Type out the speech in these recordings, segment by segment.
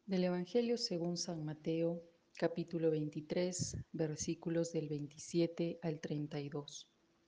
Del Evangelio según San Mateo, capítulo 23, versículos del 27 al 32.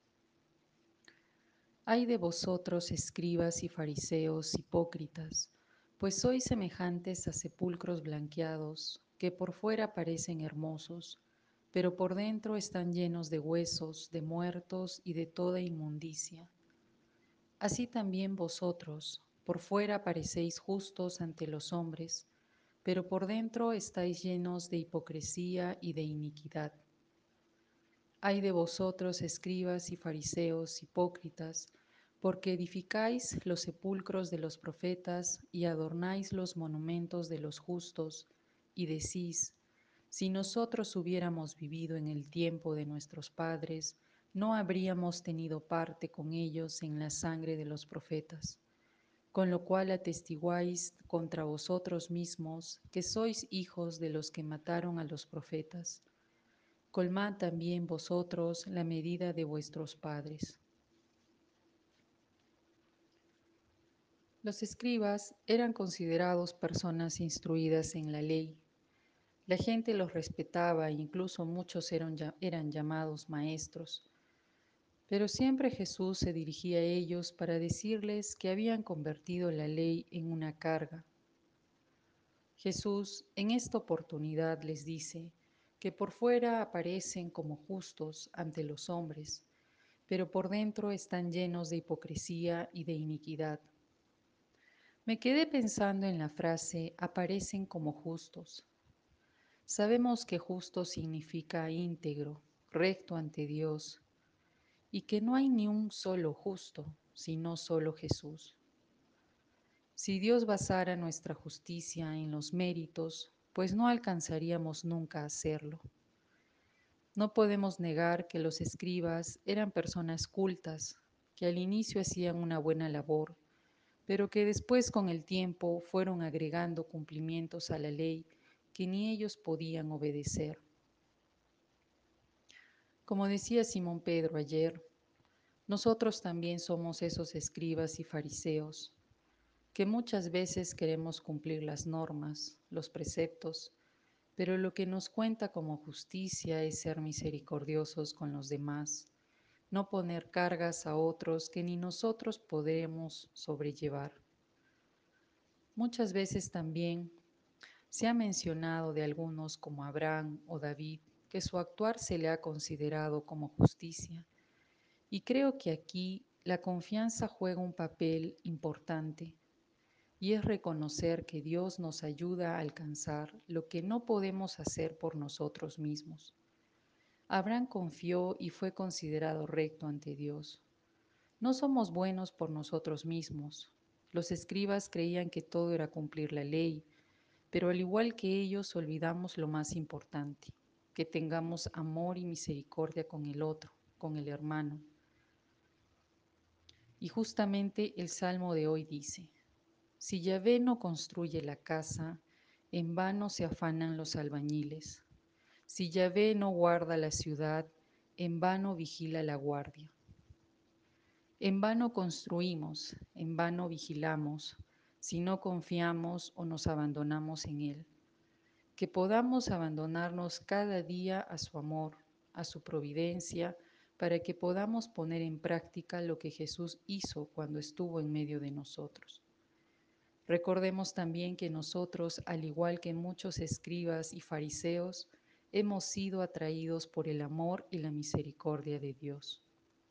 Ay de vosotros, escribas y fariseos hipócritas, pues sois semejantes a sepulcros blanqueados, que por fuera parecen hermosos, pero por dentro están llenos de huesos, de muertos y de toda inmundicia. Así también vosotros, por fuera parecéis justos ante los hombres, pero por dentro estáis llenos de hipocresía y de iniquidad. Ay de vosotros, escribas y fariseos hipócritas, porque edificáis los sepulcros de los profetas y adornáis los monumentos de los justos, y decís, si nosotros hubiéramos vivido en el tiempo de nuestros padres, no habríamos tenido parte con ellos en la sangre de los profetas, con lo cual atestiguáis contra vosotros mismos que sois hijos de los que mataron a los profetas. Colmad también vosotros la medida de vuestros padres. Los escribas eran considerados personas instruidas en la ley. La gente los respetaba e incluso muchos eran llamados maestros. Pero siempre Jesús se dirigía a ellos para decirles que habían convertido la ley en una carga. Jesús en esta oportunidad les dice que por fuera aparecen como justos ante los hombres, pero por dentro están llenos de hipocresía y de iniquidad. Me quedé pensando en la frase aparecen como justos. Sabemos que justo significa íntegro, recto ante Dios, y que no hay ni un solo justo, sino solo Jesús. Si Dios basara nuestra justicia en los méritos, pues no alcanzaríamos nunca a hacerlo. No podemos negar que los escribas eran personas cultas, que al inicio hacían una buena labor, pero que después con el tiempo fueron agregando cumplimientos a la ley que ni ellos podían obedecer. Como decía Simón Pedro ayer, nosotros también somos esos escribas y fariseos que muchas veces queremos cumplir las normas, los preceptos, pero lo que nos cuenta como justicia es ser misericordiosos con los demás, no poner cargas a otros que ni nosotros podemos sobrellevar. Muchas veces también se ha mencionado de algunos como Abraham o David que su actuar se le ha considerado como justicia, y creo que aquí la confianza juega un papel importante y es reconocer que Dios nos ayuda a alcanzar lo que no podemos hacer por nosotros mismos. Abraham confió y fue considerado recto ante Dios. No somos buenos por nosotros mismos. Los escribas creían que todo era cumplir la ley, pero al igual que ellos olvidamos lo más importante, que tengamos amor y misericordia con el otro, con el hermano. Y justamente el Salmo de hoy dice, si Yahvé no construye la casa, en vano se afanan los albañiles. Si Yahvé no guarda la ciudad, en vano vigila la guardia. En vano construimos, en vano vigilamos, si no confiamos o nos abandonamos en Él. Que podamos abandonarnos cada día a su amor, a su providencia, para que podamos poner en práctica lo que Jesús hizo cuando estuvo en medio de nosotros. Recordemos también que nosotros, al igual que muchos escribas y fariseos, hemos sido atraídos por el amor y la misericordia de Dios.